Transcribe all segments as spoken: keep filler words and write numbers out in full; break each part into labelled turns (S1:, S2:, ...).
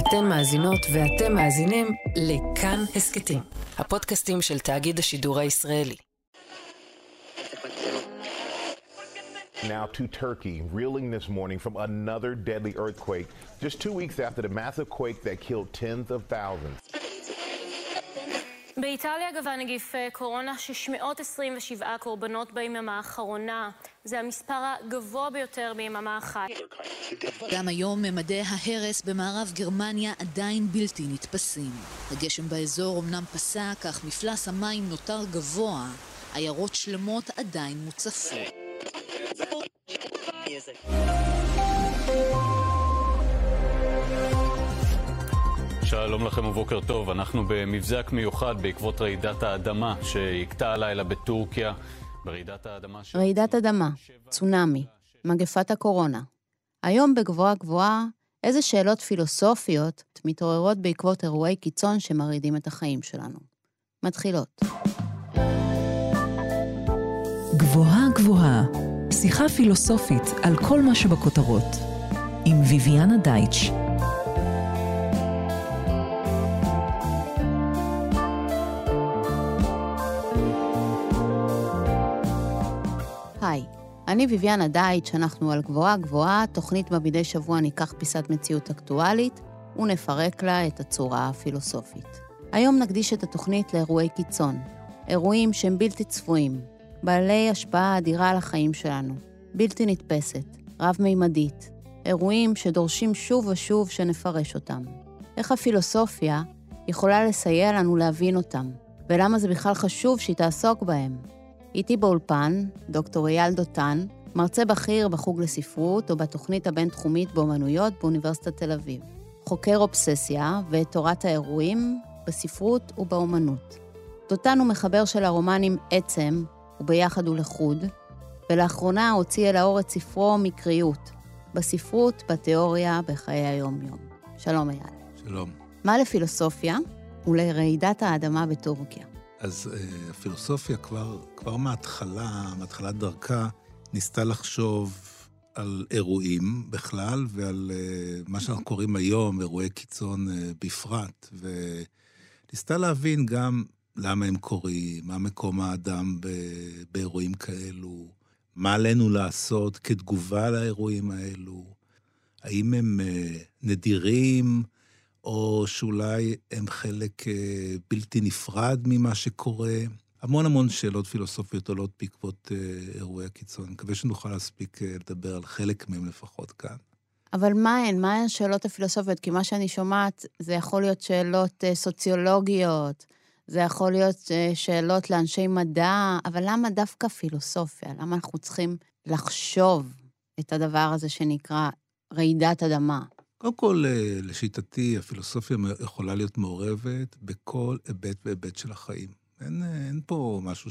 S1: אתן מאזינות ואתם מאזינים לכאן הסקטים, הפודקאסטים של תאגיד השידור הישראלי.
S2: Now to Turkey, reeling this morning from another deadly earthquake, just two weeks after the massive quake that killed tens of thousands.
S3: באיטליה גבה נגיף קורונה שש מאות עשרים ושבע קורבנות ביממה האחרונה. זה המספר הגבוה ביותר ביממה אחת.
S4: גם היום ממדי ההרס במערב גרמניה עדיין בלתי נתפסים. הגשם באזור אמנם פסק, אך מפלס המים נותר גבוה. עיירות שלמות עדיין מוצפות.
S5: שלום לכם ובוקר טוב, אנחנו במבזק מיוחד בעקבות רעידת האדמה שהכתה הלילה בטורקיה. ברעידת האדמה ש...
S6: רעידת אדמה, צונאמי, מגפת הקורונה. היום בגבוהה גבוהה, איזה שאלות פילוסופיות מתעוררות בעקבות אירועי קיצון שמרעידים את החיים שלנו. מתחילות.
S7: גבוהה גבוהה, שיחה פילוסופית על כל מה שבכותרות, עם ויויאנה דייטש.
S6: היי, אני ויויאנה דייטש, אנחנו על גבוהה גבוהה, תוכנית בה מדי שבוע ניקח פיסת מציאות אקטואלית ונפרק לה את הצורה הפילוסופית. היום נקדיש את התוכנית לאירועי קיצון, אירועים שהם בלתי צפויים, בעלי השפעה אדירה על החיים שלנו, בלתי נתפסת, רב-מימדית, אירועים שדורשים שוב ושוב שנפרש אותם. איך הפילוסופיה יכולה לסייע לנו להבין אותם, ולמה זה בכלל חשוב שהיא תעסוק בהם. איתי באולפן, דוקטור אייל דותן, מרצה בכיר בחוג לספרות או בתוכנית הבינתחומית באומנויות באוניברסיטת תל אביב. חוקר אובססיה ואת תורת האירועים בספרות ובאומנות. דותן הוא מחבר של הרומנים עצם וביחד ולחוד, ולאחרונה הוציא אל האור את ספרו מקריות, בספרות, בתיאוריה, בחיי היום-יום. שלום אייל.
S8: שלום.
S6: מה לפילוסופיה ולרעידת האדמה בטורקיה?
S8: אז uh, הפילוסופיה כבר, כבר מההתחלה, מההתחלת דרכה, ניסתה לחשוב על אירועים בכלל, ועל uh, מה שאנחנו קוראים היום, אירועי קיצון uh, בפרט, וניסתה להבין גם למה הם קורים, מה מקום האדם ב- באירועים כאלו, מה עלינו לעשות כתגובה לאירועים האלו, האם הם uh, נדירים, או שאולי הם חלק בלתי נפרד ממה שקורה. המון המון שאלות פילוסופיות עולות בעקבות אירועי הקיצון. אני מקווה שנוכל להספיק לדבר על חלק מהם לפחות כאן.
S6: אבל מה הן? מה הן השאלות הפילוסופיות? כי מה שאני שומעת, זה יכול להיות שאלות סוציולוגיות, זה יכול להיות שאלות לאנשי מדע, אבל למה דווקא פילוסופיה? למה אנחנו צריכים לחשוב את הדבר הזה שנקרא רעידת אדמה?
S8: קודם כל, לשיטתי, הפילוסופיה יכולה להיות מעורבת בכל היבט והיבט של החיים. אין, אין פה משהו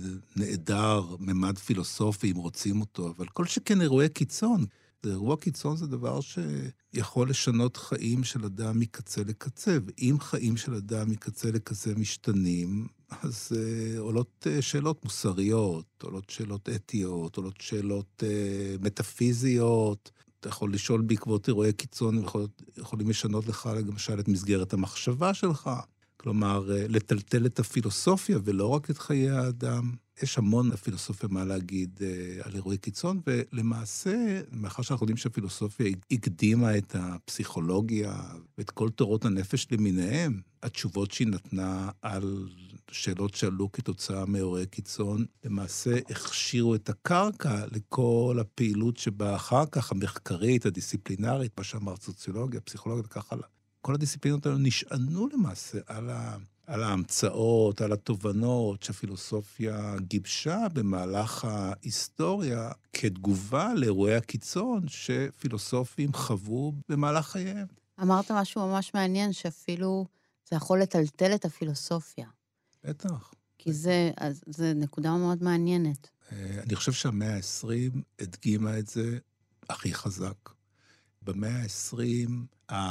S8: שנעדר ממד פילוסופי אם רוצים אותו, אבל כל שכן אירועי קיצון. אירוע קיצון זה דבר שיכול לשנות חיים של אדם מקצה לקצה, ואם חיים של אדם מקצה לקצה משתנים, אז uh, עולות uh, שאלות מוסריות, עולות שאלות אתיות, עולות שאלות uh, מטאפיזיות. אתה יכול לשאול בעקבות אירועי קיצון, יכול, יכולים לשנות לך למשל את מסגרת המחשבה שלך. כלומר, לטלטל את הפילוסופיה ולא רק את חיי האדם. יש המון הפילוסופיה מה להגיד uh, על אירועי קיצון, ולמעשה, מאחר שאנחנו יודעים שהפילוסופיה הקדימה את הפסיכולוגיה ואת כל תורות הנפש למיניהם, התשובות שהיא נתנה על שאלות שעלו כתוצאה מאירועי קיצון, למעשה הכשירו את הקרקע לכל הפעילות שבה אחר כך, המחקרית, הדיסציפלינרית, מה שאמרת, סוציולוגיה, פסיכולוגיה וכך הלאה. כל הדיסציפלינות האלה נשענו למעשה על ה... על ההמצאות, על התובנות שהפילוסופיה גיבשה במהלך ההיסטוריה כתגובה לאירועי הקיצון שפילוסופים חוו במהלך חייהם.
S6: אמרת משהו ממש מעניין, שאפילו זה יכול לטלטל את הפילוסופיה.
S8: בטח.
S6: כי זה, אז, זה נקודה מאוד מעניינת.
S8: אני חושב שהמאה ה-עשרים הדגימה את זה הכי חזק. במאה ה-עשרים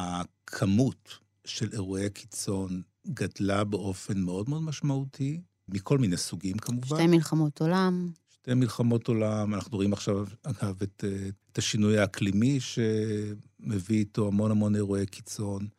S8: הכמות של אירועי קיצון גדלה באופן מאוד מאוד משמעותי, מכל מיני סוגים כמובן.
S6: שתי מלחמות עולם.
S8: שתי מלחמות עולם, אנחנו רואים עכשיו, אגב, את, את השינוי האקלימי שמביא איתו המון המון אירועי קיצון.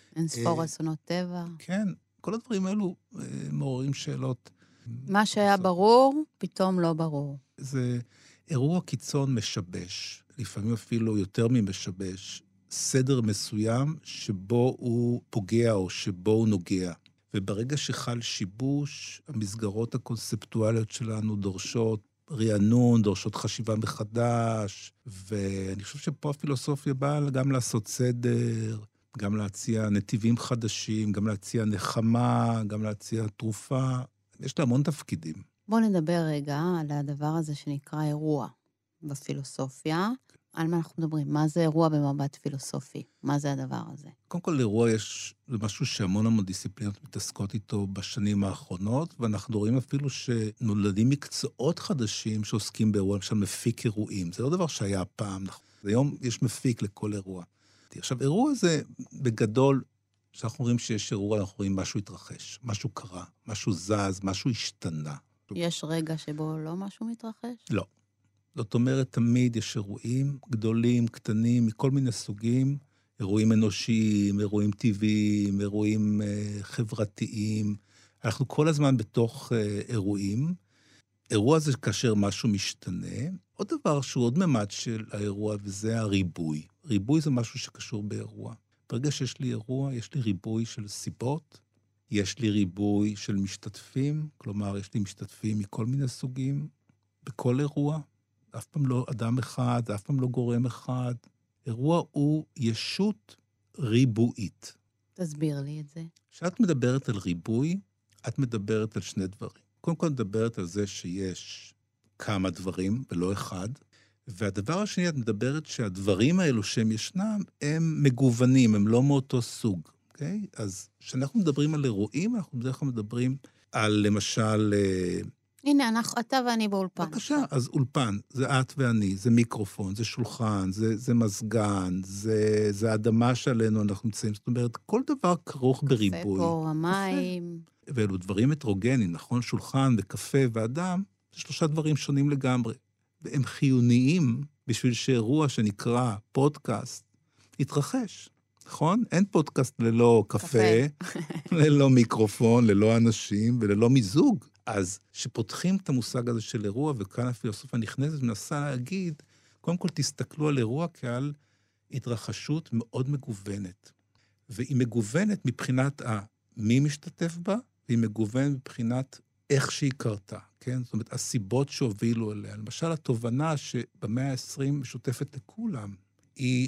S6: אין ספור אסונות טבע.
S8: כן, כל הדברים האלו מעוררים שאלות.
S6: מה שהיה ברור, פתאום לא ברור.
S8: זה אירוע קיצון משבש, לפעמים אפילו יותר ממשבש, סדר מסוים שבו הוא פוגע או שבו הוא נוגע. וברגע שחל שיבוש, המסגרות הקונספטואליות שלנו דורשות רענון, דורשות חשיבה מחדש, ואני חושב שפה הפילוסופיה באה גם לעשות סדר, גם להציע נתיבים חדשים, גם להציע נחמה, גם להציע תרופה. יש לה המון תפקידים.
S6: בואו נדבר רגע על הדבר הזה שנקרא אירוע בפילוסופיה. על מה אנחנו מדברים? מה זה אירוע במבט פילוסופי? מה זה הדבר הזה?
S8: קודם כל, לאירוע יש, זה משהו שהמון המון דיסציפלינות מתעסקות איתו בשנים האחרונות, ואנחנו רואים אפילו שנולדים מקצועות חדשים שעוסקים באירוע, למשל מפיק אירועים. זה לא דבר שהיה פעם. היום יש מפיק לכל אירוע. עכשיו, אירוע זה בגדול, כשאנחנו רואים שיש אירוע, אנחנו רואים משהו התרחש, משהו קרה, משהו זז, משהו השתנה.
S6: יש רגע שבו לא משהו מתרחש?
S8: לא. זאת אומרת, תמיד יש אירועים גדולים, קטנים, מכל מיני סוגים, אירועים אנושיים, אירועים טבעיים, אירועים אה, חברתיים. אנחנו כל הזמן בתוך אה, אירועים. אירוע זה כאשר משהו משתנה. עוד דבר שהוא עוד ממד של האירוע, וזה הריבוי. ריבוי זה משהו שקשור באירוע. ברגע שיש לי אירוע, יש לי ריבוי של סיבות, יש לי ריבוי של משתתפים, כלומר, יש לי משתתפים מכל מיני סוגים, בכל אירוע. אף פעם לא אדם אחד, אף פעם לא גורם אחד. אירוע הוא ישות ריבועית.
S6: תסביר לי את זה.
S8: כשאת מדברת על ריבוי, את מדברת על שני דברים. קודם כל מדברת על זה שיש כמה דברים, ולא אחד, והדבר השני, את מדברת שהדברים האלו שהם ישנם, הם מגוונים, הם לא מאותו סוג. אוקיי? אז כשאנחנו מדברים על אירועים, אנחנו בדרך כלל מדברים על, למשל,
S6: הנה, אנחנו, אתה ואני באולפן.
S8: בבקשה, אז אולפן, זה את ואני, זה מיקרופון, זה שולחן, זה, זה מזגן, זה, זה האדמה שעלינו אנחנו נמצאים. זאת אומרת, כל דבר כרוך בריבוי.
S6: קפה פה, המים.
S8: ואלו דברים הטרוגנים, נכון? שולחן וקפה ואדם, זה שלושה דברים שונים לגמרי. והם חיוניים בשביל שאירוע שנקרא פודקאסט יתרחש. נכון? אין פודקאסט ללא קפה, קפה. ללא מיקרופון, ללא אנשים וללא מיזוג. אז שפותחים את המושג הזה של אירוע, וכאן הפילוסופיה נכנסת ומנסה להגיד, קודם כל תסתכלו על אירוע כעל התרחשות מאוד מגוונת. והיא מגוונת מבחינת מי משתתף בה, והיא מגוונת מבחינת איך שהיא קרתה, כן? זאת אומרת, הסיבות שהובילו אליה. למשל, התובנה שבמאה ה-עשרים משותפת לכולם, היא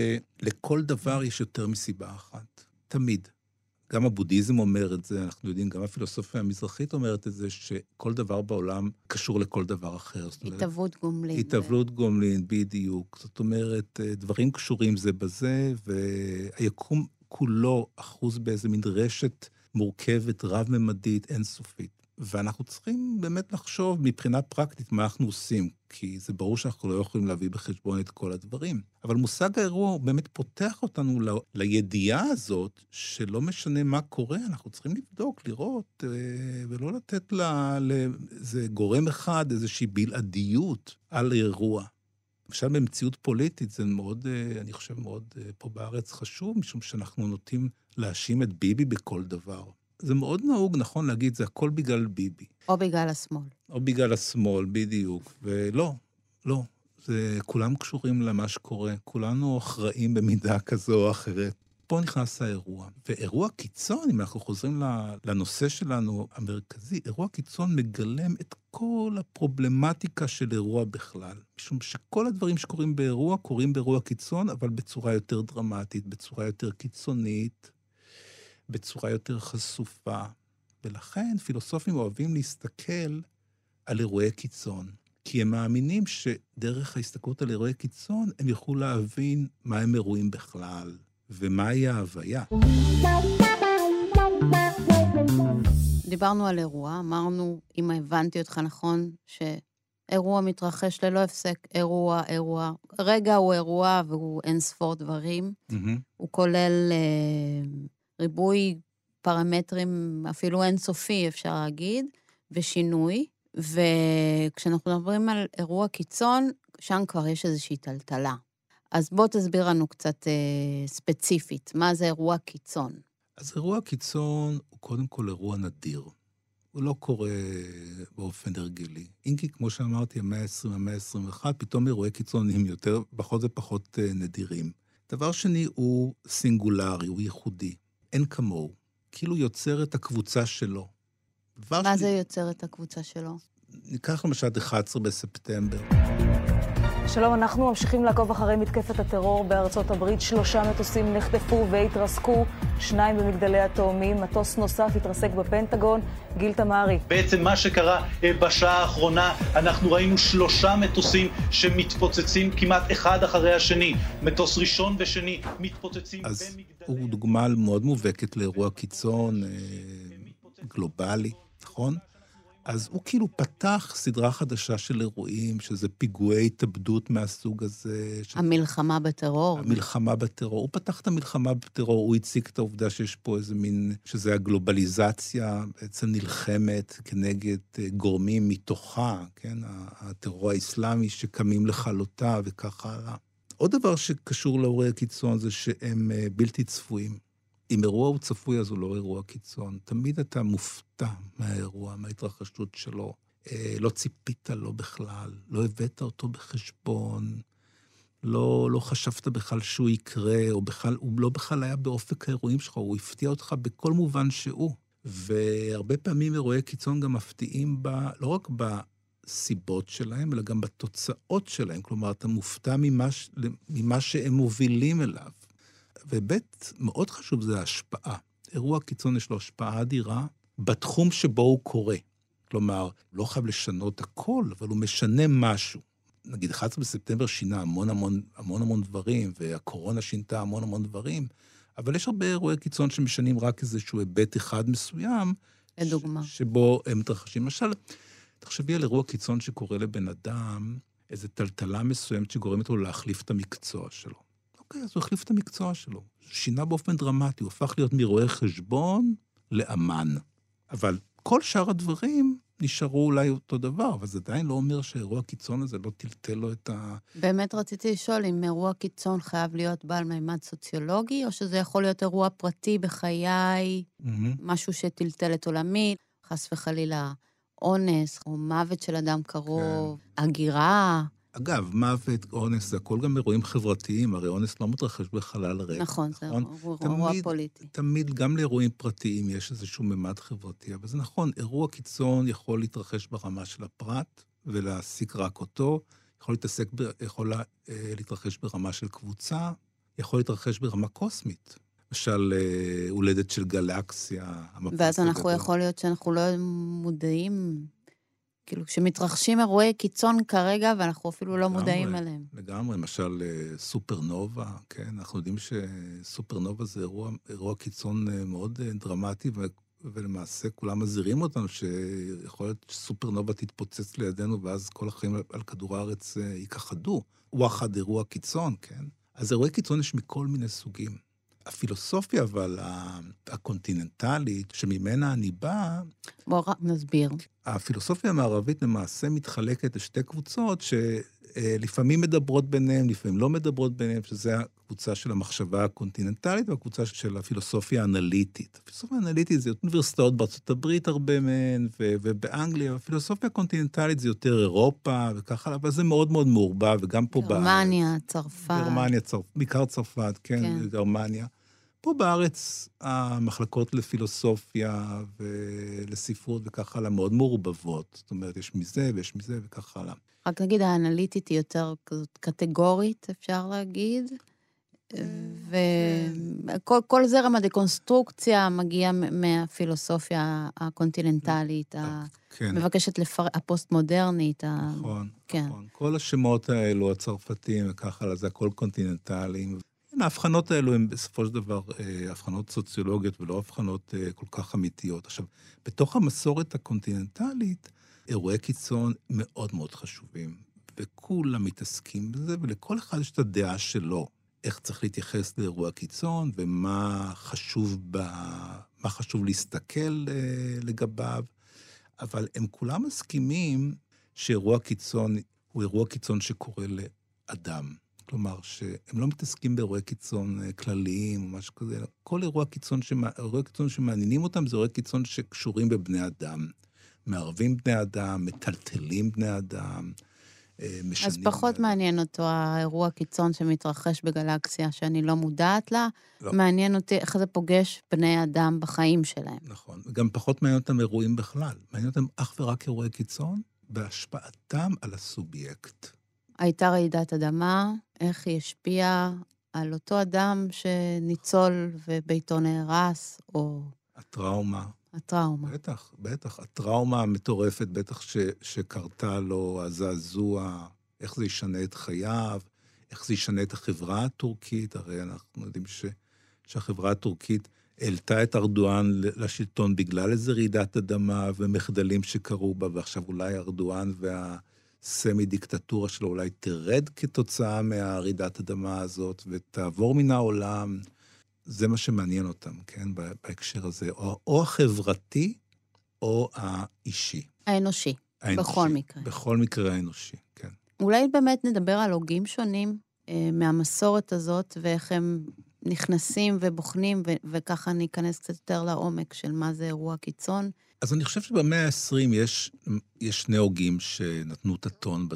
S8: שלכל דבר יש יותר מסיבה אחת. תמיד. גם הבודהיזם אומר את זה, אנחנו יודעים, גם הפילוסופיה המזרחית אומרת את זה, שכל דבר בעולם קשור לכל דבר אחר.
S6: התהוות גומלין.
S8: התהוות גומלין, בדיוק. זאת אומרת, דברים קשורים זה בזה, והיקום כולו אחוז באיזה מין רשת מורכבת, רב-ממדית, אינסופית. ואנחנו צריכים באמת לחשוב מבחינה פרקטית מה אנחנו עושים, כי זה ברור שאנחנו לא יכולים להביא בחשבון את כל הדברים. אבל מושג האירוע הוא באמת פותח אותנו ל... לידיעה הזאת, שלא משנה מה קורה, אנחנו צריכים לבדוק, לראות, ולא לתת לה, לאיזה גורם אחד, איזושהי בלעדיות על אירוע. למשל במציאות פוליטית, זה מאוד, אני חושב מאוד פה בארץ חשוב, משום שאנחנו נוטים להאשים את ביבי בכל דבר. זה מאוד נהוג, נכון להגיד, זה הכל בגלל ביבי.
S6: או בגלל השמאל.
S8: או בגלל השמאל, בדיוק. ולא, לא. זה, כולם קשורים למה שקורה. כולנו אחראים במידה כזו או אחרת. פה נכנס האירוע. ואירוע קיצון, אם אנחנו חוזרים לנושא שלנו המרכזי, אירוע קיצון מגלם את כל הפרובלמטיקה של אירוע בכלל. משום שכל הדברים שקורים באירוע, קורים באירוע קיצון, אבל בצורה יותר דרמטית, בצורה יותר קיצונית, בצורה יותר חשופה. ולכן פילוסופים אוהבים להסתכל על אירועי קיצון. כי הם מאמינים שדרך ההסתכלות על אירועי קיצון, הם יוכלו להבין מה הם אירועים בכלל, ומהי ההוויה.
S6: דיברנו על אירוע, אמרנו, אם הבנתי אותך נכון, שאירוע מתרחש ללא הפסק, אירוע, אירוע. רגע הוא אירוע והוא אין ספור דברים. Mm-hmm. הוא כולל אה, ריבוי פרמטרים אפילו אינסופי, אפשר להגיד, ושינוי. וכשאנחנו מדברים על אירוע קיצון, שם כבר יש איזושהי טלטלה. אז בוא תסביר לנו קצת אה, ספציפית, מה זה אירוע קיצון?
S8: אז אירוע קיצון הוא קודם כל אירוע נדיר. הוא לא קורה באופן הרגלי. אם כי, כמו שאמרתי, המאה ה-עשרים, המאה ה-עשרים ואחת, פתאום אירועי קיצון הם יותר, פחות ופחות אה, נדירים. דבר שני הוא סינגולרי, הוא ייחודי. אין כמוהו. כאילו יוצר את הקבוצה שלו.
S6: מה זה יוצר את הקבוצה שלו?
S8: ניקח למשל אחד עשר בספטמבר.
S9: שלום, אנחנו ממשיכים לעקוב אחרי מתקפת הטרור בארצות הברית. שלושה מטוסים נחטפו והתרסקו, שניים במגדלי התאומים, מטוס נוסף התרסק בפנטגון. גיל תמרי.
S10: בעצם מה שקרה בשעה האחרונה, אנחנו ראינו שלושה מטוסים שמתפוצצים כמעט אחד אחרי השני. מטוס ראשון ושני מתפוצצים במגדלי...
S8: אז הוא דוגמה מאוד מובהקת לאירוע קיצון אה, גלובלי, נכון? אז הוא כאילו פתח סדרה חדשה של אירועים, שזה פיגועי התאבדות מהסוג הזה. ש...
S6: המלחמה בטרור.
S8: המלחמה בטרור. הוא פתח את המלחמה בטרור, הוא הציג את העובדה שיש פה איזה מין, שזה הגלובליזציה, בעצם נלחמת כנגד גורמים מתוכה, כן? הטרור האסלאמי שקמים לכלותה וככה הלאה. עוד דבר שקשור לאירועי הקיצון זה שהם בלתי צפויים. אם אירוע הוא צפוי, אז הוא לא אירוע קיצון. תמיד אתה מופתע מהאירוע, מההתרחשות שלו. אה, לא ציפית לו בכלל, לא הבאת אותו בחשבון, לא, לא חשבת בכלל שהוא יקרה, או בכלל, הוא לא בכלל היה באופק האירועים שלך, הוא הפתיע אותך בכל מובן שהוא. והרבה פעמים אירועי קיצון גם מפתיעים בה, לא רק בסיבות שלהם, אלא גם בתוצאות שלהם. כלומר, אתה מופתע ממה, ממה שהם מובילים אליו. ובית מאוד חשוב זה ההשפעה. אירוע קיצון יש לו השפעה אדירה בתחום שבו הוא קורה. כלומר, לא חייב לשנות הכל, אבל הוא משנה משהו. נגיד, אחד עשר בספטמבר שינה המון המון, המון המון דברים, והקורונה שינתה המון המון דברים, אבל יש הרבה אירועי קיצון שמשנים רק איזשהו היבט אחד מסוים,
S6: לדוגמה.
S8: ש- שבו הם מתרחשים. למשל, תחשבי על אירוע קיצון שקורה לבן אדם, איזו טלטלה מסוימת שגורמת לו להחליף את המקצוע שלו. אוקיי, אז הוא החליף את המקצוע שלו. שינה באופן דרמטי, הוא הפך להיות מרואה חשבון לאמן. אבל כל שאר הדברים נשארו אולי אותו דבר, אבל זה עדיין לא אומר שהאירוע הקיצון הזה לא טלטל לו את ה...
S6: באמת רציתי לשאול אם אירוע קיצון חייב להיות בעל מימד סוציולוגי, או שזה יכול להיות אירוע פרטי בחיי, mm-hmm. משהו שטלטל את עולמי, חס וחלילה אונס, או מוות של אדם קרוב, כן. הגירה...
S8: אגב, מוות, אונס, זה הכל גם אירועים חברתיים, הרי אונס לא מתרחש בחלל ריק.
S6: נכון, זה אירוע פוליטי.
S8: תמיד, גם לאירועים פרטיים יש איזשהו ממד חברתי, אבל זה נכון, אירוע קיצון יכול להתרחש ברמה של הפרט, ולהסיק רק אותו, יכול להתעסק, יכול להתרחש ברמה של קבוצה, יכול להתרחש ברמה קוסמית. למשל, הולדת של גלקסיה.
S6: ואז אנחנו יכול להיות שאנחנו לא מודעים... כאילו, כשמתרחשים אירועי קיצון כרגע, ואנחנו אפילו לא מודעים עליהם.
S8: לגמרי, למשל, סופרנובה, כן? אנחנו יודעים שסופרנובה זה אירוע, אירוע קיצון מאוד דרמטי, ולמעשה כולם מזהירים אותנו שיכול להיות שסופרנובה תתפוצץ לידינו, ואז כל החיים על כדור הארץ ייכחדו. הוא אחד אירוע קיצון, כן? אז אירועי קיצון יש מכל מיני סוגים. הפילוסופיה, אבל הקונטיננטלית, שממנה אני בא...
S6: בוא רק נסביר.
S8: הפילוסופיה המערבית למעשה מתחלקת לשתי קבוצות, שלפעמים מדברות ביניהם, לפעמים לא מדברות ביניהם, שזה הקבוצה של המחשבה הקונטיננטלית, והקבוצה של הפילוסופיה האנליטית. הפילוסופיה האנליטית זה אוניברסיטאות בארצות הברית הרבה מהן, ובאנגליה, והפילוסופיה הקונטיננטלית זה יותר אירופה, וככה, אבל זה מאוד מאוד מעורבב, וגם פה בארץ.
S6: גרמניה, צרפת.
S8: גרמניה, צרפת, בעיקר צרפת, כן, כן. גרמניה. פה בארץ המחלקות לפילוסופיה ולספרות וכך הלאה מאוד מעורבבות. זאת אומרת, יש מזה ויש מזה וכך הלאה.
S6: רק נגיד, האנליטית היא יותר קטגורית, אפשר להגיד, וכל כל זרם הדקונסטרוקציה מגיע מהפילוסופיה הקונטיננטלית, כן. המבקשת לפר... הפוסט-מודרנית.
S8: נכון,
S6: כן.
S8: נכון. כל השמות האלו, הצרפתיים וכך הלאה, זה הכל קונטיננטליים. ההבחנות האלו הן בסופו של דבר הבחנות סוציולוגיות ולא הבחנות כל כך אמיתיות. עכשיו, בתוך המסורת הקונטיננטלית, אירועי קיצון מאוד מאוד חשובים, וכולם מתעסקים בזה, ולכל אחד יש את הדעה שלו, איך צריך להתייחס לאירוע קיצון, ומה חשוב, ב... מה חשוב להסתכל לגביו, אבל הם כולם מסכימים שאירוע קיצון הוא אירוע קיצון שקורה לאדם. כלומר, שהם לא מתעסקים באירועי קיצון כלליים או משהו כזה, אלא כל אירוע קיצון, שמע... אירועי קיצון שמעניינים אותם, זה אירועי קיצון שקשורים בבני אדם. מערבים בני אדם, מטלטלים בני אדם, משנים...
S6: אז פחות מעניין אותו האירוע קיצון שמתרחש בגלקסיה, שאני לא מודעת לה, לא. מעניין אותי איך זה פוגש בני אדם בחיים שלהם.
S8: נכון, וגם פחות מעניין אותם אירועים בכלל. מעניין אותם אך ורק אירועי קיצון, בהשפעתם על הסובייקט.
S6: הייתה רעידת אדמה, איך היא השפיעה על אותו אדם שניצול וביתו נהרס, או...
S8: הטראומה.
S6: הטראומה.
S8: בטח, בטח. הטראומה המטורפת, בטח ש, שקרתה לו, הזעזוע, איך זה ישנה את חייו, איך זה ישנה את החברה הטורקית, הרי אנחנו יודעים ש, שהחברה הטורקית העלתה את ארדואן לשלטון בגלל איזו רעידת אדמה ומחדלים שקרו בה, ועכשיו אולי ארדואן והסמי-דיקטטורה שלו אולי תרד כתוצאה מהרעידת אדמה הזאת, ותעבור מן העולם. זה מה שמעניין אותם, כן, בהקשר הזה, או, או החברתי, או האישי.
S6: האנושי, האנושי, בכל מקרה.
S8: בכל מקרה האנושי, כן.
S6: אולי באמת נדבר על הוגים שונים אה, מהמסורת הזאת, ואיך הם נכנסים ובוחנים, ו- וככה ניכנס קצת יותר לעומק של מה זה אירוע קיצון.
S8: אז אני חושב שבמאה ה-עשרים יש, יש שני הוגים שנתנו את הטון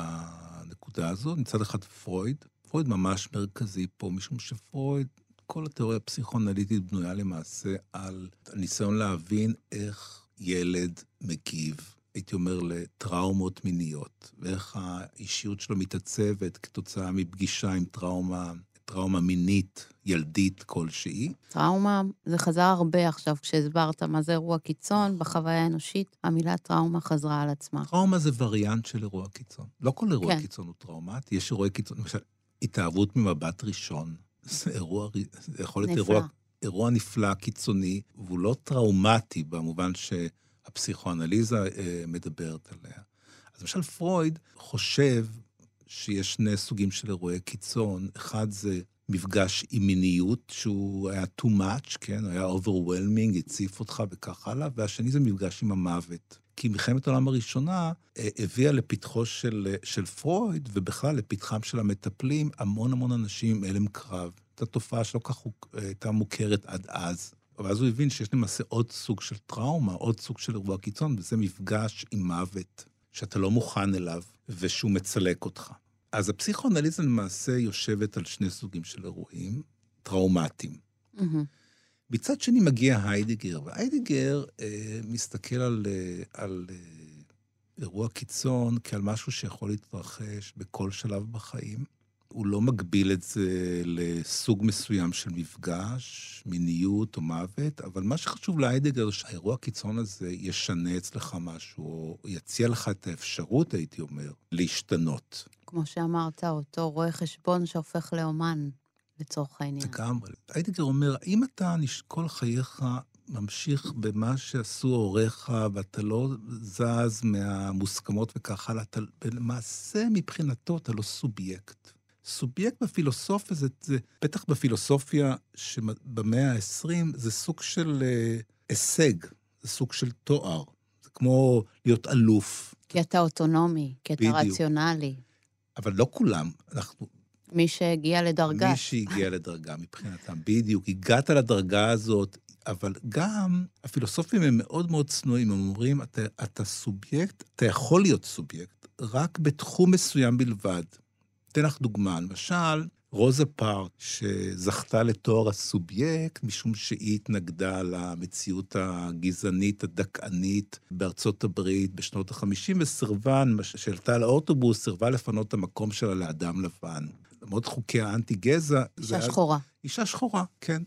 S8: בנקודה הזו. מצד אחד פרויד, פרויד ממש מרכזי פה, משום שפרויד, כל התיאוריה הפסיכואנליטית בנויה למעשה על הניסיון להבין איך ילד מגיב, הייתי אומר, לטראומות מיניות, ואיך האישיות שלו מתעצבת כתוצאה מפגישה עם טראומה, טראומה מינית, ילדית כלשהי.
S6: טראומה, זה חזר הרבה עכשיו, כשהסברת מה זה אירוע קיצון, בחוויה האנושית, המילה טראומה חזרה על עצמה.
S8: טראומה זה וריאנט של אירוע קיצון. לא כל אירוע
S6: כן.
S8: קיצון הוא טראומט, יש אירועי קיצון, למשל, התאהבות ממבט ראשון, זה אירוע, זה יכול להיות אירוע, אירוע נפלא, קיצוני, והוא לא טראומטי, במובן שהפסיכואנליזה אה, מדברת עליה. אז למשל פרויד חושב שיש שני סוגים של אירועי קיצון. אחד זה מפגש עם מיניות, שהוא היה too much, כן? היה overwhelming, הציף אותך וכך הלאה, והשני זה מפגש עם המוות. כי מלחמת העולם הראשונה הביאה לפתחו של, של פרויד, ובכלל לפתחם של המטפלים, המון המון אנשים עם אלם קרב. זו תופעה שלא כך הייתה מוכרת עד אז. אבל אז הוא הבין שיש למעשה עוד סוג של טראומה, עוד סוג של אירוע קיצון, וזה מפגש עם מוות, שאתה לא מוכן אליו, ושהוא מצלק אותך. אז הפסיכואנליזה למעשה יושבת על שני סוגים של אירועים טראומטיים. Mm-hmm. מצד שני מגיע היידיגר, והיידיגר אה, מסתכל על, אה, על אה, אירוע קיצון כעל משהו שיכול להתרחש בכל שלב בחיים. הוא לא מגביל את זה לסוג מסוים של מפגש, מיניות או מוות, אבל מה שחשוב להיידיגר, שהאירוע הקיצון הזה ישנה אצלך משהו, או יציע לך את האפשרות, הייתי אומר, להשתנות.
S6: כמו שאמרת, אותו רואה חשבון שהופך לאומן. לצורך העניין.
S8: לגמרי. היידיגר אומר, אם אתה כל חייך ממשיך במה שעשו הוריך, ואתה לא זז מהמוסכמות וכך הלאה, אתה למעשה מבחינתו אתה לא סובייקט. סובייקט בפילוסופיה, זה, זה בטח בפילוסופיה שבמאה ה-עשרים, זה סוג של uh, הישג, זה סוג של תואר. זה כמו להיות אלוף.
S6: כי אתה אוטונומי, כי אתה בדיוק. רציונלי.
S8: אבל לא כולם, אנחנו...
S6: מי שהגיע לדרגה.
S8: מי שהגיע לדרגה מבחינתם, בדיוק. הגעת לדרגה הזאת, אבל גם הפילוסופים הם מאוד מאוד צנועים, הם אומרים, אתה, אתה סובייקט, אתה יכול להיות סובייקט, רק בתחום מסוים בלבד. אתן לך דוגמה, למשל, רוזה פארק, שזכתה לתואר הסובייקט, משום שהיא התנגדה למציאות הגזענית, הדכאנית, בארצות הברית, בשנות ה-חמישים, וסרבן, שעלתה על האוטובוס, סרבה לפנות את המקום שלה לאדם לבן. למרות חוקי האנטי-גזע.
S6: אישה שחורה.
S8: אישה שחורה, כן.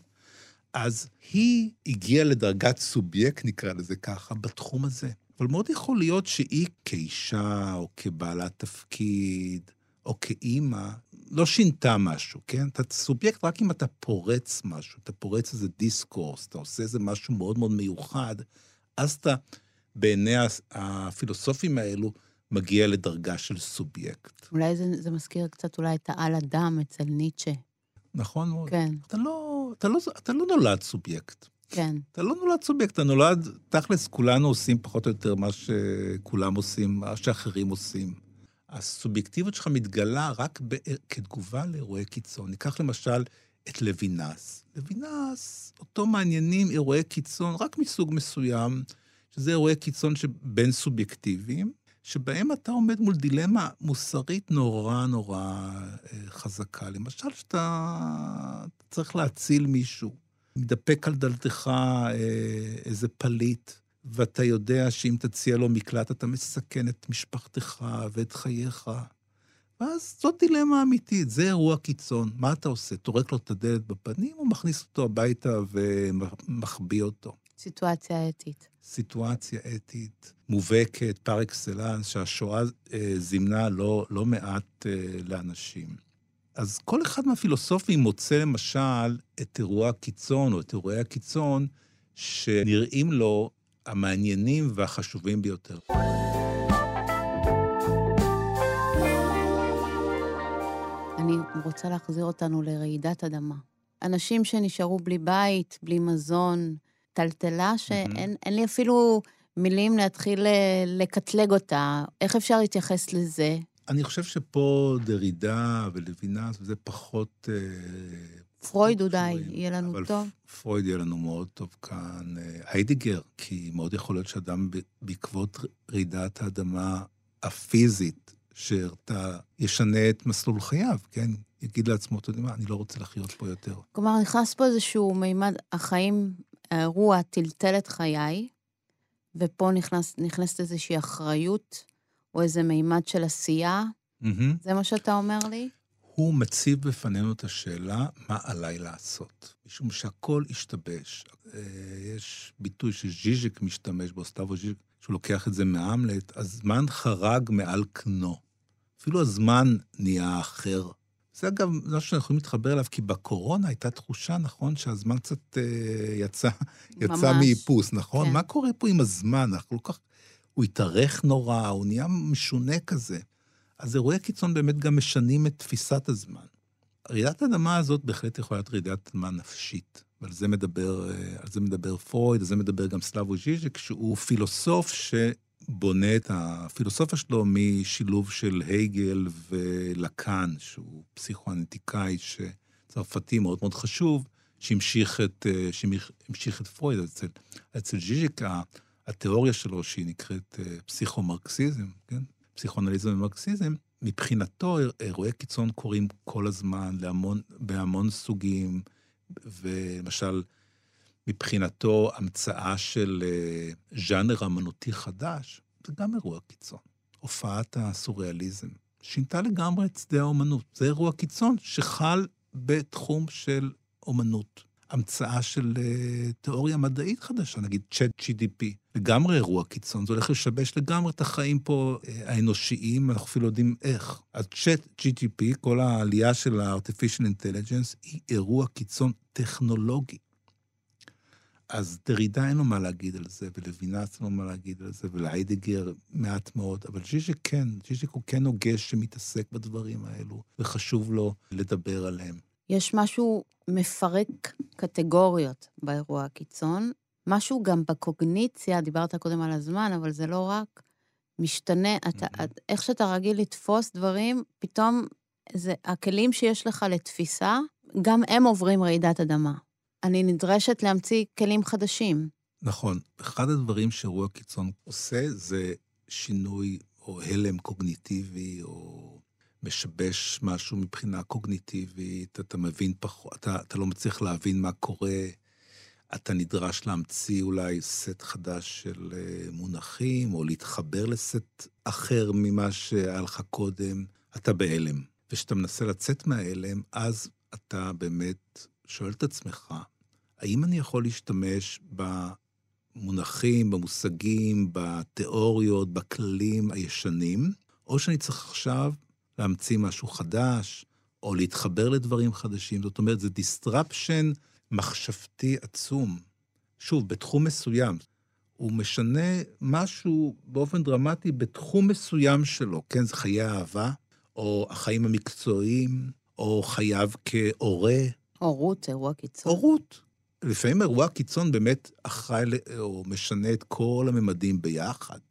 S8: אז היא הגיעה לדרגת סובייקט, נקרא לזה ככה, בתחום הזה. אבל מאוד יכול להיות שהיא כאישה, או כבעלת תפקיד, או כאימא, לא שינתה משהו, כן? אתה סובייקט רק אם אתה פורץ משהו, אתה פורץ איזה דיסקורס, אתה עושה איזה משהו מאוד מאוד מיוחד, אז אתה, בעיני הפילוסופים האלו, מגיע לדרגה של סובייקט.
S6: אולי זה, זה מזכיר קצת אולי את העל אדם אצל ניטשה.
S8: נכון מאוד.
S6: כן.
S8: אתה לא, אתה לא, אתה לא נולד סובייקט.
S6: כן.
S8: אתה לא נולד סובייקט, אתה נולד, תכלס, כולנו עושים פחות או יותר מה שכולם עושים, מה שאחרים עושים. הסובייקטיביות שלך מתגלה רק ב... כתגובה לאירועי קיצון. ניקח למשל את לוינס. לוינס, אותו מעניינים אירועי קיצון רק מסוג מסוים, שזה אירועי קיצון שבין סובייקטיביים, שבהם אתה עומד מול דילמה מוסרית נורא נורא חזקה. למשל, שאתה צריך להציל מישהו, מדפק על דלתך איזה פליט, ואתה יודע שאם תציע לו מקלט, אתה מסכן את משפחתך ואת חייך. ואז זאת דילמה אמיתית, זה אירוע קיצון. מה אתה עושה? תורק לו את הדלת בפנים, או מכניס אותו הביתה ומחביא אותו?
S6: סיטואציה אתית.
S8: סיטואציה אתית, מובהקת, פר אקסלנס, שהשואה אה, זימנה לא, לא מעט אה, לאנשים. אז כל אחד מהפילוסופים מוצא למשל את אירוע הקיצון, או את אירועי הקיצון, שנראים לו המעניינים והחשובים ביותר.
S6: אני רוצה להחזיר אותנו לרעידת אדמה. אנשים שנשארו בלי בית, בלי מזון, טלטלה שאין אין לי אפילו מילים להתחיל לקטלג אותה. איך אפשר להתייחס לזה?
S8: אני חושב שפה דרידה ולוינס, וזה פחות...
S6: פרויד אולי, יהיה לנו
S8: אבל
S6: טוב.
S8: פרויד יהיה לנו מאוד טוב כאן. היידיגר, כי מאוד יכול להיות שאדם בעקבות רעידת האדמה הפיזית, שאתה ישנה את מסלול חייו, כן? יגיד לעצמו, אתה יודע מה, אני לא רוצה לחיות פה יותר.
S6: כלומר, נכנס פה איזשהו מימד, החיים, האירוע טלטל את חיי, ופה נכנס, נכנסת איזושהי אחריות, או איזה מימד של עשייה. Mm-hmm. זה מה שאתה אומר לי?
S8: הוא מציב בפנינו את השאלה, מה עליי לעשות? משום שהכל השתבש. יש ביטוי שז'יז'יק משתמש בו, סטאבו ז'יז'יק, שהוא לוקח את זה מהמלט, הזמן חרג מעל קנו. אפילו הזמן נהיה אחר. זה אגב, זה שאנחנו יכולים להתחבר אליו, כי בקורונה הייתה תחושה, נכון, שהזמן קצת אה, יצא, יצא מאיפוס, נכון? כן. מה קורה פה עם הזמן? אנחנו כל כך, הוא התארך נורא, הוא נהיה משונה כזה. אז אירועי קיצון באמת גם משנים את תפיסת הזמן. רעידת האדמה הזאת בהחלט יכולה להיות רעידת אדמה נפשית, ועל זה מדבר, על זה מדבר פרויד, על זה מדבר גם סלאבו ז'יז'יק, שהוא פילוסוף שבונה את הפילוסופיה שלו משילוב של הייגל ולקאן, שהוא פסיכואנליטיקאי צרפתי מאוד מאוד חשוב, שהמשיך את, שהמשיך את פרויד. אצל, אצל ז'יז'יק, התיאוריה שלו שהיא נקראת פסיכומרקסיזם, כן? פסיכואנליזם ומרקסיזם, מבחינתו אירועי קיצון קורים כל הזמן, להמון, בהמון סוגים, ולמשל, מבחינתו המצאה של uh, ז'אנר אמנותי חדש, זה גם אירוע קיצון. הופעת הסוריאליזם, שינתה לגמרי את שדה האומנות. זה אירוע קיצון שחל בתחום של אומנות. המצאה של uh, תיאוריה מדעית חדשה, נגיד צ'אט ג'י די פי. לגמרי אירוע קיצון, זה הולך לשבש לגמרי את החיים פה uh, האנושיים, אנחנו אפילו יודעים איך. אז צ'אט ג'י די פי, כל העלייה של ה-Artificial Intelligence, היא אירוע קיצון טכנולוגי. אז דרידה אין לו מה להגיד על זה, ולוינס אין לו מה להגיד על זה, ולהיידיגר מעט מאוד, אבל ז'יז'יק כן, ז'יז'יק הוא כן הוגש שמתעסק בדברים האלו, וחשוב לו לדבר עליהם. יש
S6: משהו מפרק קטגוריות באירוע הקיצון, משהו גם בקוגניציה, דיברת קודם על הזמן, אבל זה לא רק משתנה, אתה, איך שאתה רגיל לתפוס דברים, פתאום זה, הכלים שיש לך לתפיסה, גם הם עוברים רעידת אדמה. אני נדרשת להמציא כלים חדשים.
S8: נכון. אחד הדברים שאירוע קיצון עושה, זה שינוי או הלם קוגניטיבי, או משבש משהו מבחינה קוגניטיבית, אתה מבין פחות, אתה, אתה לא מצליח להבין מה קורה, אתה נדרש להמציא אולי סט חדש של מונחים, או להתחבר לסט אחר ממה שהיה לך קודם, אתה בהלם. וכשאתה מנסה לצאת מההלם, אז אתה באמת שואל את עצמך, האם אני יכול להשתמש במונחים, במושגים, בתיאוריות, בכללים הישנים, או שאני צריך עכשיו להמציא משהו חדש, או להתחבר לדברים חדשים. זאת אומרת, זה disruption מחשבתי עצום. שוב, בתחום מסוים. הוא משנה משהו באופן דרמטי בתחום מסוים שלו. כן, זה חיי האהבה, או החיים המקצועיים, או חייו כהורה.
S6: הורות, אירוע קיצון.
S8: הורות. לפעמים אירוע קיצון באמת אחראי, או משנה את כל הממדים ביחד.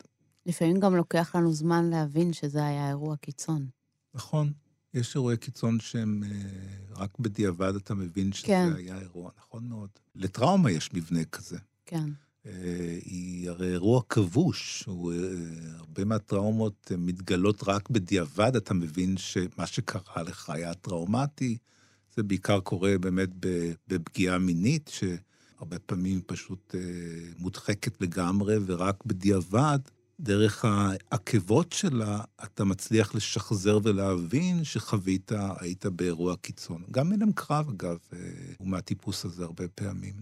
S6: לפעמים גם לוקח לנו זמן להבין שזה היה אירוע קיצון.
S8: נכון. יש אירועי קיצון שהם רק בדיעבד אתה מבין שזה כן. היה אירוע, נכון מאוד. לטראומה יש מבנה כזה.
S6: כן.
S8: היא הרי אירוע כבוש, הוא, הרבה מהטראומות מתגלות רק בדיעבד, אתה מבין שמה שקרה לך היה טראומטי, זה בעיקר קורה באמת בפגיעה מינית, שהרבה פעמים פשוט מודחקת לגמרי, ורק בדיעבד, דרך העקבות שלה, אתה מצליח לשחזר ולהבין שחווית, היית באירוע קיצון. גם הלם קרב, אגב, הוא מהטיפוס הזה הרבה פעמים.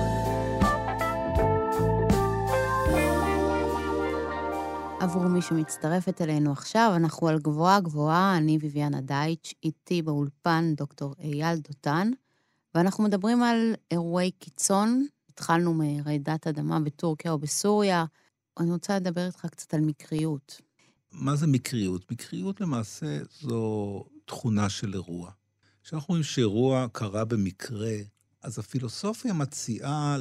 S6: עבור מי שמצטרפת אלינו עכשיו, אנחנו על גבוהה גבוהה, אני ויביאנה דייטש, איתי באולפן דוקטור אייל דותן, ואנחנו מדברים על אירועי קיצון, התחלנו מרעידת אדמה בטורקיה או בסוריה, אני רוצה לדבר איתך קצת על מקריות.
S8: מה זה מקריות? מקריות למעשה זו תכונה של אירוע. כשאנחנו רואים שאירוע קרה במקרה, אז הפילוסופיה מציעה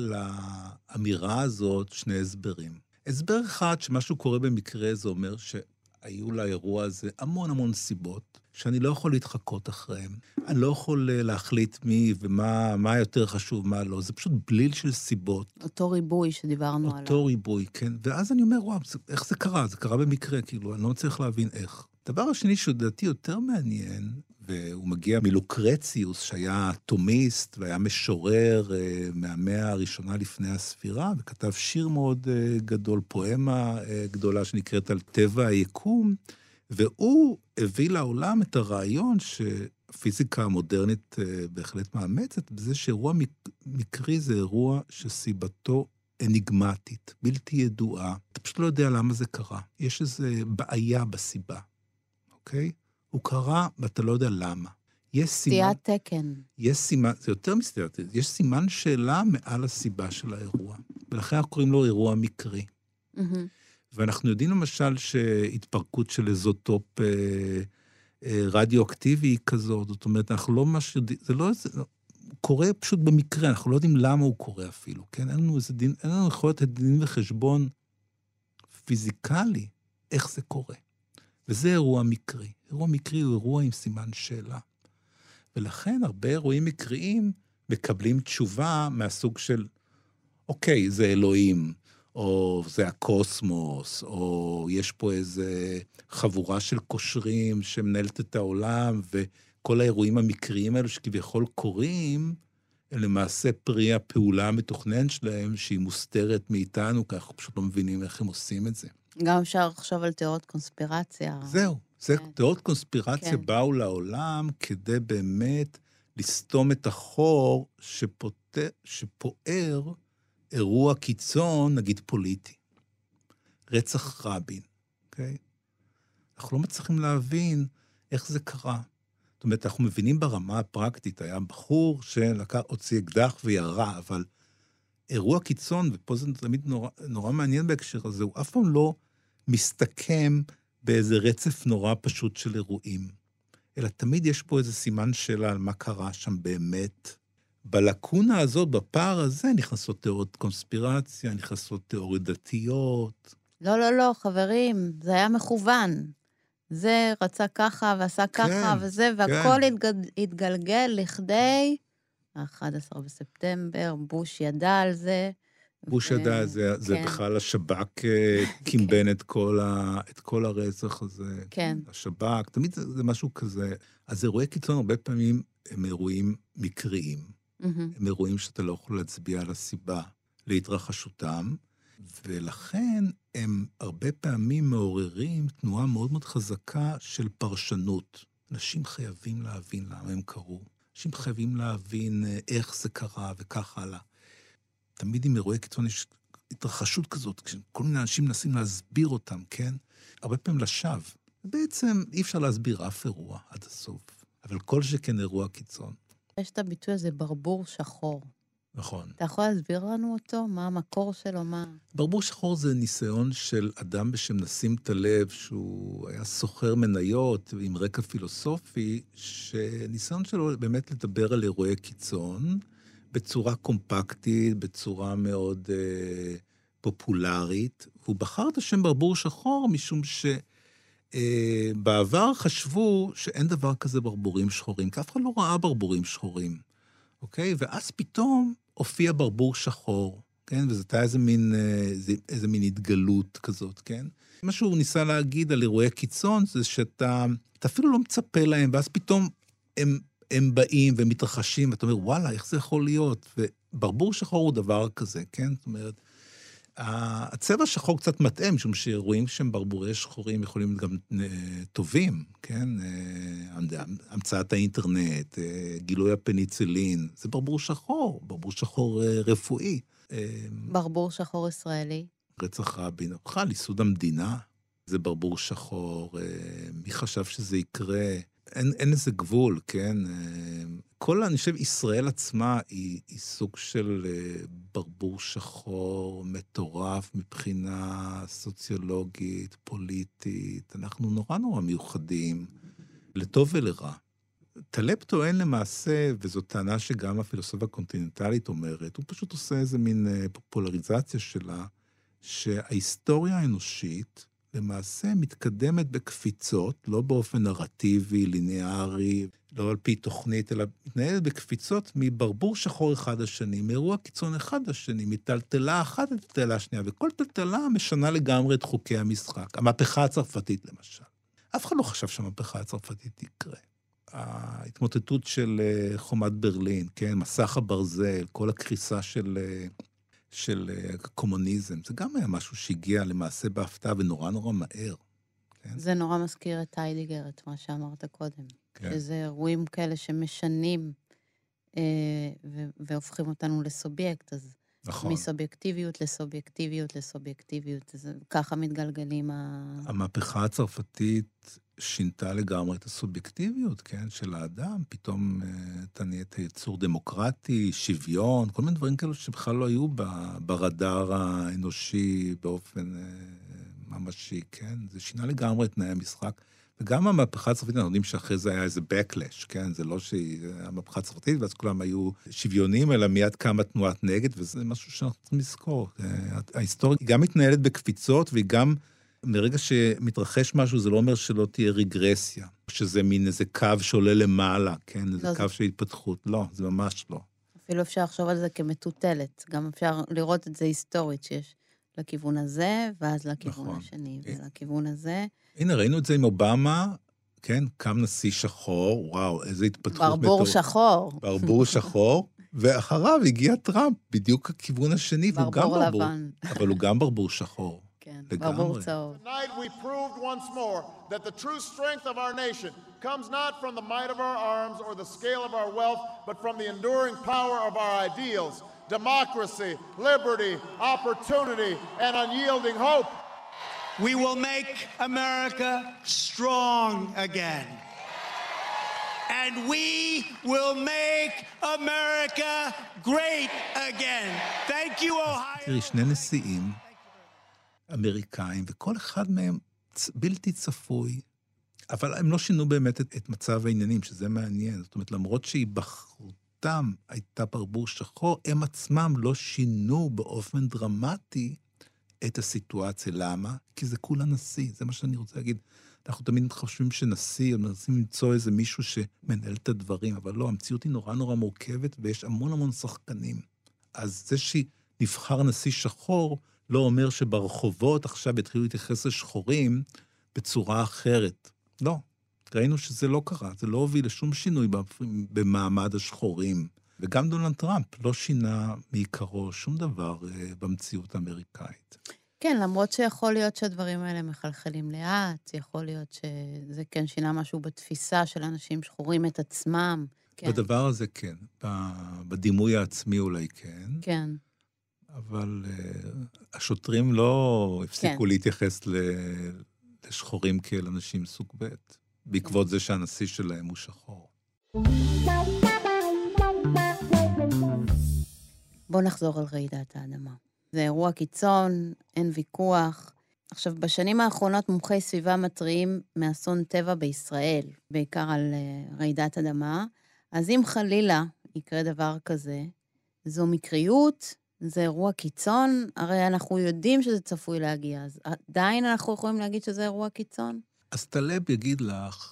S8: לאמירה הזאת שני הסברים. הסבר אחד, שמשהו קורה במקרה, זה אומר שהיו לאירוע הזה המון המון סיבות, שאני לא יכול להתחקות אחריהם. אני לא יכול להחליט מי ומה מה יותר חשוב, מה לא. זה פשוט בליל של סיבות.
S6: אותו ריבוי שדיברנו
S8: אותו
S6: עליו.
S8: אותו ריבוי, כן. ואז אני אומר, וואו, איך זה קרה? זה קרה במקרה, כאילו, אני לא צריך להבין איך. הדבר השני שדעתי יותר מעניין, והוא מגיע מלוקרציוס, שהיה תומיסט והיה משורר uh, מהמאה הראשונה לפני הספירה, וכתב שיר מאוד uh, גדול, פואמה uh, גדולה שנקראת על טבע היקום, והוא הביא לעולם את הרעיון שפיזיקה המודרנית uh, בהחלט מאמצת, בזה שאירוע מק- מקרי זה אירוע שסיבתו אניגמטית, בלתי ידועה. אתה פשוט לא יודע למה זה קרה. יש איזו בעיה בסיבה, אוקיי? הוא קרה, ואתה לא יודע למה. יש סימן...
S6: סטיית תקן.
S8: יש סימן, זה יותר מסטיית תקן, יש סימן שאלה מעל הסיבה של האירוע. ולכן אנחנו קוראים לו אירוע מקרי. Mm-hmm. ואנחנו יודעים למשל שהתפרקות של איזוטופ אה, אה, רדיואקטיבי כזאת, זאת אומרת, אנחנו לא ממש יודעים, זה לא איזה... הוא קורה פשוט במקרה, אנחנו לא יודעים למה הוא קורה אפילו, כן? אין לנו איזה דין, אין לנו יכול להיות דין וחשבון פיזיקלי, איך זה קורה. וזה אירוע מקרי. אירוע מקרי הוא אירוע עם סימן שאלה. ולכן הרבה אירועים מקריים מקבלים תשובה מהסוג של, אוקיי, זה אלוהים, או זה הקוסמוס, או יש פה איזה חבורה של קושרים שמנהלת את העולם, וכל האירועים המקריים האלו שכביכול קורים, הם למעשה פרי הפעולה המתוכנן שלהם, שהיא מוסתרת מאיתנו, כי אנחנו פשוט לא מבינים איך הם עושים את זה.
S6: גם אפשר לחשוב על תיאוריות קונספירציה.
S8: זהו, זה
S6: כן.
S8: תיאוריות קונספירציה כן. באו לעולם כדי באמת לסתום את החור שפותר, שפוער אירוע קיצון, נגיד פוליטי. רצח רבין, אוקיי? אנחנו לא מצליחים להבין איך זה קרה. זאת אומרת, אנחנו מבינים ברמה הפרקטית, היה בחור שלקח, הוציא אקדח וירה, אבל אירוע קיצון, ופה זה תמיד נורא, נורא מעניין בהקשר הזה, הוא אף פעם לא מסתכם באיזה רצף נורא פשוט של אירועים. אלא תמיד יש פה איזה סימן שאלה על מה קרה שם באמת. בלקונה הזאת, בפער הזה, נכנסות תיאוריות קונספירציה, נכנסות תיאוריות דתיות.
S6: לא, לא, לא, חברים, זה היה מכוון. זה רצה ככה ועשה ככה כן, וזה, והכל כן. התגל, התגלגל לכדי ה-אחד עשר בספטמבר, בוש ידע על זה.
S8: בוש ו... ידע, זה, כן. זה בכלל השב"כ קימבן את כל, ה, את כל הרצח הזה.
S6: כן.
S8: השב"כ, תמיד זה, זה משהו כזה. אז אירועי קיצון הרבה פעמים הם אירועים מקריים. Mm-hmm. הם אירועים שאתה לא יכול להצביע על הסיבה להתרחשותם, ולכן הם הרבה פעמים מעוררים תנועה מאוד מאוד חזקה של פרשנות. אנשים חייבים להבין למה הם קרו. אנשים חייבים להבין איך זה קרה וכך הלאה. תמיד עם אירועי קיצון יש התרחשות כזאת, כשכל מיני אנשים מנסים להסביר אותם, כן? הרבה פעמים לשווא. בעצם אי אפשר להסביר אף אירוע עד הסוף, אבל כל שכן אירוע קיצון.
S6: יש את הביטוי הזה ברבור שחור.
S8: נכון.
S6: אתה יכול להסביר לנו אותו? מה המקור שלו? מה...
S8: ברבור שחור זה ניסיון של אדם בשם נשים תלב, שהוא היה סוחר מניות עם רקע פילוסופי, שניסיון שלו באמת לדבר על אירועי קיצון, בצורה קומפקטית, בצורה מאוד אה, פופולרית, והוא בחר את השם ברבור שחור, משום שבעבר חשבו שאין דבר כזה ברבורים שחורים, כי אף אחד לא ראה ברבורים שחורים, אוקיי? ואז פתאום הופיע ברבור שחור, כן? וזה הייתה איזה מין, איזה, איזה מין התגלות כזאת, כן? מה שהוא ניסה להגיד על אירועי קיצון, זה שאתה אתה אפילו לא מצפה להם, ואז פתאום הם, הם באים ומתרחשים, ואתה אומר, וואלה, איך זה יכול להיות? וברבור שחור הוא דבר כזה, כן? זאת אומרת, הצבע שחור קצת מטעה, משום שאירועים שהם ברבורי שחורים יכולים גם טובים, כן? המצאת האינטרנט, גילוי הפניצילין, זה ברבור שחור, ברבור שחור רפואי.
S6: ברבור שחור ישראלי.
S8: רצח רבין, בכלל, ייסוד המדינה, זה ברבור שחור, מי חשב שזה יקרה? אין, אין איזה גבול, כן? כל, אני חושב, ישראל עצמה היא, היא סוג של ברבור שחור, מטורף מבחינה סוציולוגית, פוליטית. אנחנו נורא נורא מיוחדים, לטוב ולרע. טלב טוען למעשה, וזו טענה שגם הפילוסופיה הקונטיננטלית אומרת, הוא פשוט עושה איזה מין פופולריזציה שלה, שההיסטוריה האנושית למעשה מתקדמת בקפיצות, לא באופן נרטיבי, ליניארי, לא על פי תוכנית, אלא מתנהלת בקפיצות מברבור שחור אחד השני, מאירוע קיצון אחד השני, מטלטלה אחת לטלטלה השנייה, וכל טלטלה משנה לגמרי את חוקי המשחק. המהפכה הצרפתית למשל. אף אחד לא חשב שהמהפכה הצרפתית תקרה. ההתמוטטות של חומת ברלין, כן, מסך הברזל, כל הקריסה של... של קומוניזם, זה גם היה משהו שהגיע למעשה בהפתעה ונורא נורא מהר. כן?
S6: זה נורא מזכיר את היידיגר, את מה שאמרת קודם. כן. שזה אירועים כאלה שמשנים אה, ו- והופכים אותנו לסובייקט, אז נכון. מסובייקטיביות לסובייקטיביות לסובייקטיביות, אז ככה מתגלגלים ה...
S8: המהפכה הצרפתית שינתה לגמרי את הסובייקטיביות, כן, של האדם, פתאום אתה נהיית יצור דמוקרטי, שוויון, כל מיני דברים כאלו שבכלל לא היו ברדאר האנושי באופן ממשי, כן, זה שינה לגמרי את תנאי המשחק, וגם המהפכה הצרפתית, אנחנו יודעים שאחרי זה היה איזה backlash, כן, זה לא שהמהפכה הצרפתית, ואז כולם היו שוויונים, אלא מיד קמה תנועת נגד, וזה משהו שאנחנו צריכים לזכור. ההיסטוריה היא גם מתנהלת בקפיצות, והיא גם מרגע שמתרחש משהו, זה לא אומר שלא תהיה רגרסיה, שזה מין איזה קו שעולה למעלה, כן? איזה קו של התפתחות. לא, זה ממש לא.
S6: אפילו אפשר לחשוב על זה כמטוטלת. גם אפשר לראות את זה היסטורית, שיש לכיוון הזה, ואז לכיוון נכון. השני, ולכיוון הזה.
S8: הנה, ראינו את זה עם אובמה, כן? קם נשיא שחור, וואו, איזה התפתחות.
S6: ברבור מטור... שחור.
S8: ברבור שחור, ואחריו הגיע טראמפ, בדיוק הכיוון השני, והוא גם ברבור. לבן. אבל הוא גם ברבור שחור.
S11: Tonight we proved once more that the true strength of our nation comes not from the might of our arms or the scale of our wealth, but from the enduring power of our ideals, democracy, liberty, opportunity, and unyielding hope.
S12: We will make America strong again. And we will make America great again. Thank you, Ohio.
S8: תראי, שני נשיאים אמריקאים, וכל אחד מהם בלתי צפוי, אבל הם לא שינו באמת את, את מצב העניינים, שזה מעניין. זאת אומרת, למרות שהיבחרותם הייתה ברבור שחור, הם עצמם לא שינו באופן דרמטי את הסיטואציה. למה? כי זה כולה נשיא, זה מה שאני רוצה להגיד. אנחנו תמיד חושבים שנשיא, מנסים למצוא איזה מישהו שמנהל את הדברים, אבל לא, המציאות היא נורא נורא מורכבת, ויש המון המון שחקנים. אז זה שנבחר נשיא שחור, לא אומר שברחובות עכשיו יתחילו להתייחס לשחורים בצורה אחרת. לא. ראינו שזה לא קרה, זה לא הוביל לשום שינוי במעמד השחורים. וגם דונלד טראמפ לא שינה מעיקרו שום דבר במציאות האמריקאית.
S6: כן, למרות שיכול להיות שהדברים האלה מחלחלים לאט, יכול להיות שזה כן שינה משהו בתפיסה של אנשים שחורים את עצמם. כן.
S8: בדבר הזה כן. בדימוי העצמי אולי כן.
S6: כן.
S8: אבל uh, השוטרים לא הפסיקו כן. להתייחס ל... לשחורים כאל אנשים סוג ב', בעקבות כן. זה שהנשיא שלהם הוא שחור.
S6: בואו נחזור על רעידת האדמה. זה אירוע קיצון, אין ויכוח. עכשיו, בשנים האחרונות מומחי סביבה מתריעים מאסון טבע בישראל, בעיקר על uh, רעידת אדמה. אז אם חלילה יקרה דבר כזה, זו מקריות, זה אירוע קיצון, הרי אנחנו יודעים שזה צפוי להגיע, אז עדיין אנחנו יכולים להגיד שזה אירוע קיצון?
S8: אז טלב יגיד לך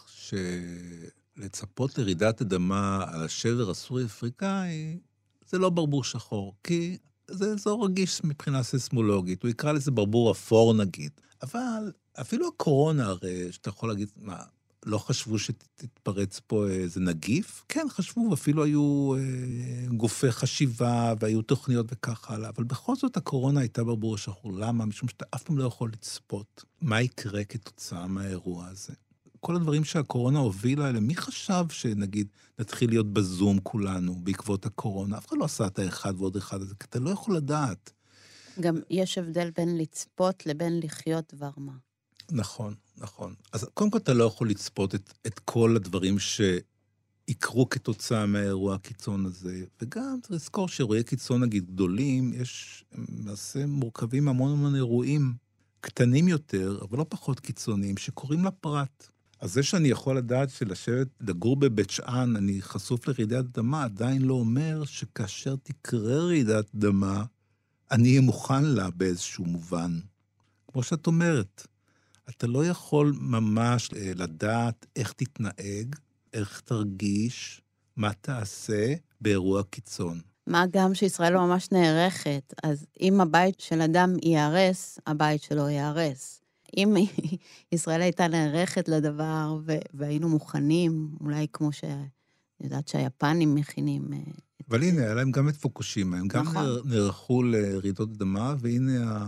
S8: שלצפות לרעידת אדמה על השבר הסורי-אפריקאי, זה לא ברבור שחור, כי זה אזור רגיש מבחינה סיסמולוגית, הוא יקרא לזה ברבור אפור נגיד, אבל אפילו הקורונה הרי, שאתה יכול להגיד, מה, לא חשבו שתתפרץ פה איזה נגיף? כן, חשבו, אפילו היו אה, גופי חשיבה, והיו תוכניות וכך הלאה, אבל בכל זאת הקורונה הייתה ברבור השחור. למה? משום שאתה אף פעם לא יכול לצפות מה יקרה כתוצאה מהאירוע הזה. כל הדברים שהקורונה הובילה אליהם, מי חשב שנגיד נתחיל להיות בזום כולנו בעקבות הקורונה? אף אחד לא עשה את האחד ועוד אחד הזה, כי אתה לא יכול לדעת.
S6: גם יש הבדל בין לצפות לבין לחיות דבר מה.
S8: נכון, נכון. אז קודם כל אתה לא יכול לצפות את, את כל הדברים שיקרו כתוצאה מהאירוע הקיצון הזה, וגם צריך לזכור שאירועי קיצון נגיד גדולים, יש מעשה מורכבים המון המון אירועים קטנים יותר, אבל לא פחות קיצוניים, שקוראים לפרט. אז זה שאני יכול לדעת שלשבת, לגור בבית שאן, אני חשוף לרעידת אדמה, עדיין לא אומר שכאשר תקרה רעידת אדמה, אני אהיה מוכן לה באיזשהו מובן. כמו שאת אומרת, אתה לא יכול ממש לדעת איך תתנהג, איך תרגיש, מה תעשה באירוע קיצון.
S6: מה גם שישראל לא ממש נערכת, אז אם הבית של אדם ייהרס, הבית שלו ייהרס. אם ישראל הייתה נערכת לדבר והיינו מוכנים, אולי כמו שאני יודעת שהיפנים מכינים.
S8: אבל הנה, היה להם גם את פוקושימה, הם גם נערכו לרעידות אדמה, והנה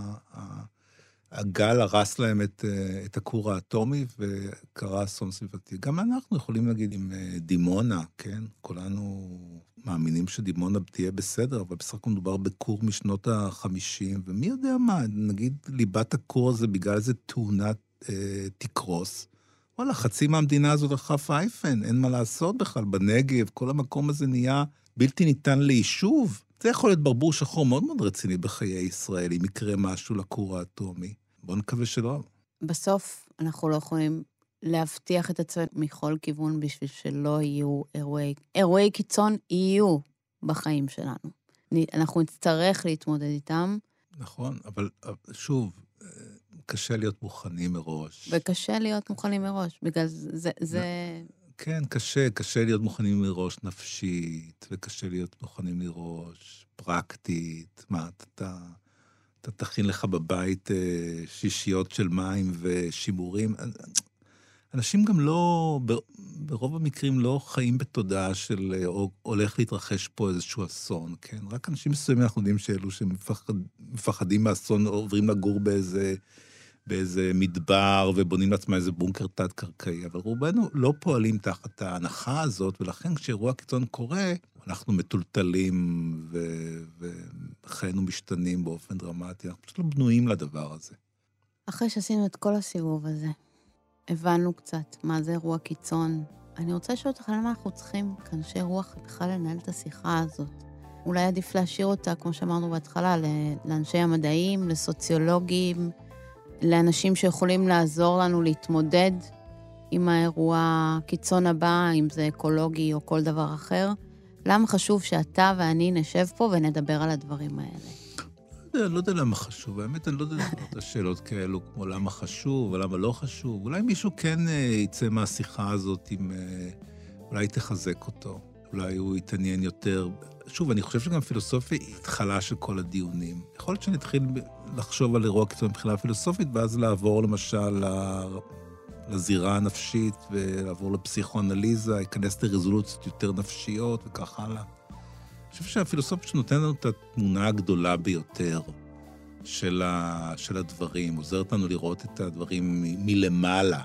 S8: הגל הרס להם את, את הכור האטומי, וקרה אסון סביבתי. גם אנחנו יכולים להגיד עם דימונה, כן? כולנו מאמינים שדימונה תהיה בסדר, אבל בסך הכל מדובר בכור משנות ה-חמישים, ומי יודע מה, נגיד ליבת הכור הזה בגלל איזה תאונת אה, תקרוס, וואלה, חצי מהמדינה הזאת הלכה פייפן, אין מה לעשות בכלל, בנגב, כל המקום הזה נהיה בלתי ניתן ליישוב. זה יכול להיות ברבור שחור מאוד מאוד רציני בחיי ישראל, אם יקרה משהו לכור האטומי. בואו נקווה שלא.
S6: בסוף אנחנו לא יכולים להבטיח את עצמנו מכל כיוון בשביל שלא יהיו אירועי, אירועי קיצון יהיו בחיים שלנו. אנחנו נצטרך להתמודד איתם.
S8: נכון, אבל שוב, קשה להיות מוכנים מראש.
S6: וקשה להיות מוכנים מראש, בגלל זה... זה...
S8: כן, קשה, קשה להיות מוכנים מראש נפשית, וקשה להיות מוכנים מראש פרקטית. מה, אתה, אתה תכין לך בבית שישיות של מים ושימורים. אנשים גם לא, ברוב המקרים לא חיים בתודעה של, או הולך להתרחש פה איזשהו אסון, כן? רק אנשים מסוימים אנחנו יודעים שאלו שמפחדים מהאסון, עוברים לגור באיזה... באיזה מדבר, ובונים לעצמה איזה בונקר תת-קרקעי, אבל רובנו לא פועלים תחת ההנחה הזאת, ולכן כשאירוע קיצון קורה, אנחנו מטולטלים, וחיינו משתנים באופן דרמטי, אנחנו פשוט לא בנויים לדבר הזה.
S6: אחרי שעשינו את כל הסיבוב הזה, הבנו קצת מה זה אירוע קיצון. אני רוצה לשאול אותך למה אנחנו צריכים כאנשי רוח בכלל לנהל את השיחה הזאת. אולי עדיף להשאיר אותה, כמו שאמרנו בהתחלה, לאנשי המדעים, לסוציולוגים, לאנשים שיכולים לעזור לנו להתמודד עם האירוע הקיצון הבא, אם זה אקולוגי או כל דבר אחר. למה חשוב שאתה ואני נשב פה ונדבר על הדברים האלה?
S8: לא יודע, לא יודע למה חשוב. האמת, אני לא יודע את השאלות כאלו, כמו למה חשוב ולמה לא חשוב. אולי מישהו כן יצא מהשיחה הזאת, אם אולי תחזק אותו. אולי הוא יתעניין יותר. שוב, אני חושב שגם פילוסופיה היא התחלה של כל הדיונים. יכול להיות שנתחיל לחשוב על אירוע קיצון מבחינה פילוסופית, ואז לעבור למשל לזירה הנפשית, ולעבור לפסיכואנליזה, להיכנס לרזולוציות יותר נפשיות וכך הלאה. אני חושב שהפילוסופיה שנותן לנו את התמונה הגדולה ביותר של, ה... של הדברים, עוזרת לנו לראות את הדברים מ... מלמעלה.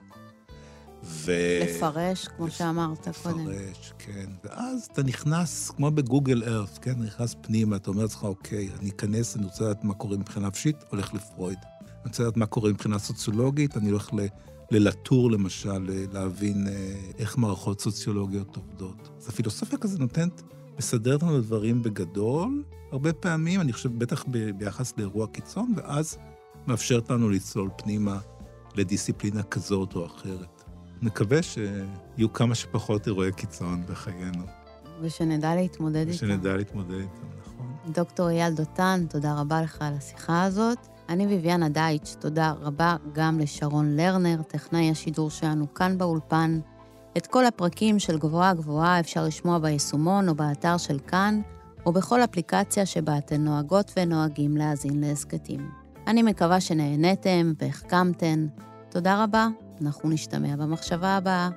S8: ו...
S6: לפרש, כמו שאמרת
S8: לפרש,
S6: קודם.
S8: לפרש, כן. ואז אתה נכנס, כמו בגוגל ארת, כן? נכנס פנימה, אתה אומר לך, אוקיי, אני אכנס, אני רוצה לדעת מה קורה מבחינה נפשית, הולך לפרויד. אני רוצה לדעת מה קורה מבחינה סוציולוגית, אני הולך ל... ללטור, למשל, להבין איך מערכות סוציולוגיות עובדות. אז הפילוסופיה כזה נותנת, מסדרת לנו דברים בגדול, הרבה פעמים, אני חושב, בטח ב... ביחס לאירוע קיצון, ואז מאפשרת לנו לצלול פנימה לדיסציפלינה כזאת או אחרת. נקווה שיהיו כמה שפחות אירועי קיצון בחיינו.
S6: ושנדע להתמודד איתם.
S8: ושנדע להתמודד איתם, נכון.
S6: דוקטור אייל דותן, תודה רבה לך על השיחה הזאת. אני ויביאנה דייטש, תודה רבה גם לשרון לרנר, טכנאי השידור שלנו כאן באולפן. את כל הפרקים של גבוהה גבוהה אפשר לשמוע ביישומון או באתר של כאן, או בכל אפליקציה שבה אתן נוהגות ונוהגים להאזין להסכתים. אני מקווה שנהנתם והחכמתן. תודה רבה, אנחנו נשתמע במחשבה הבאה.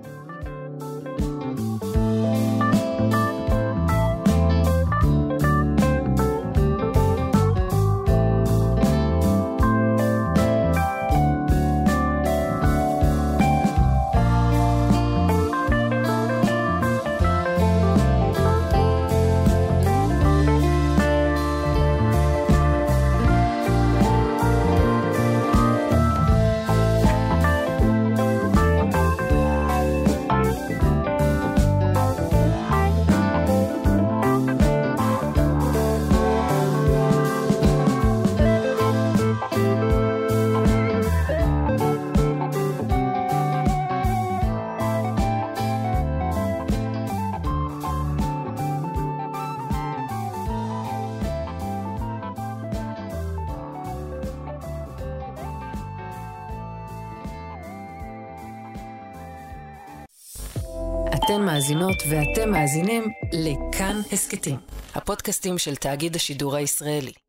S1: אתן מאזינות ואתם מאזינים לכאן הסכתים, הפודקאסטים של תאגיד השידור הישראלי.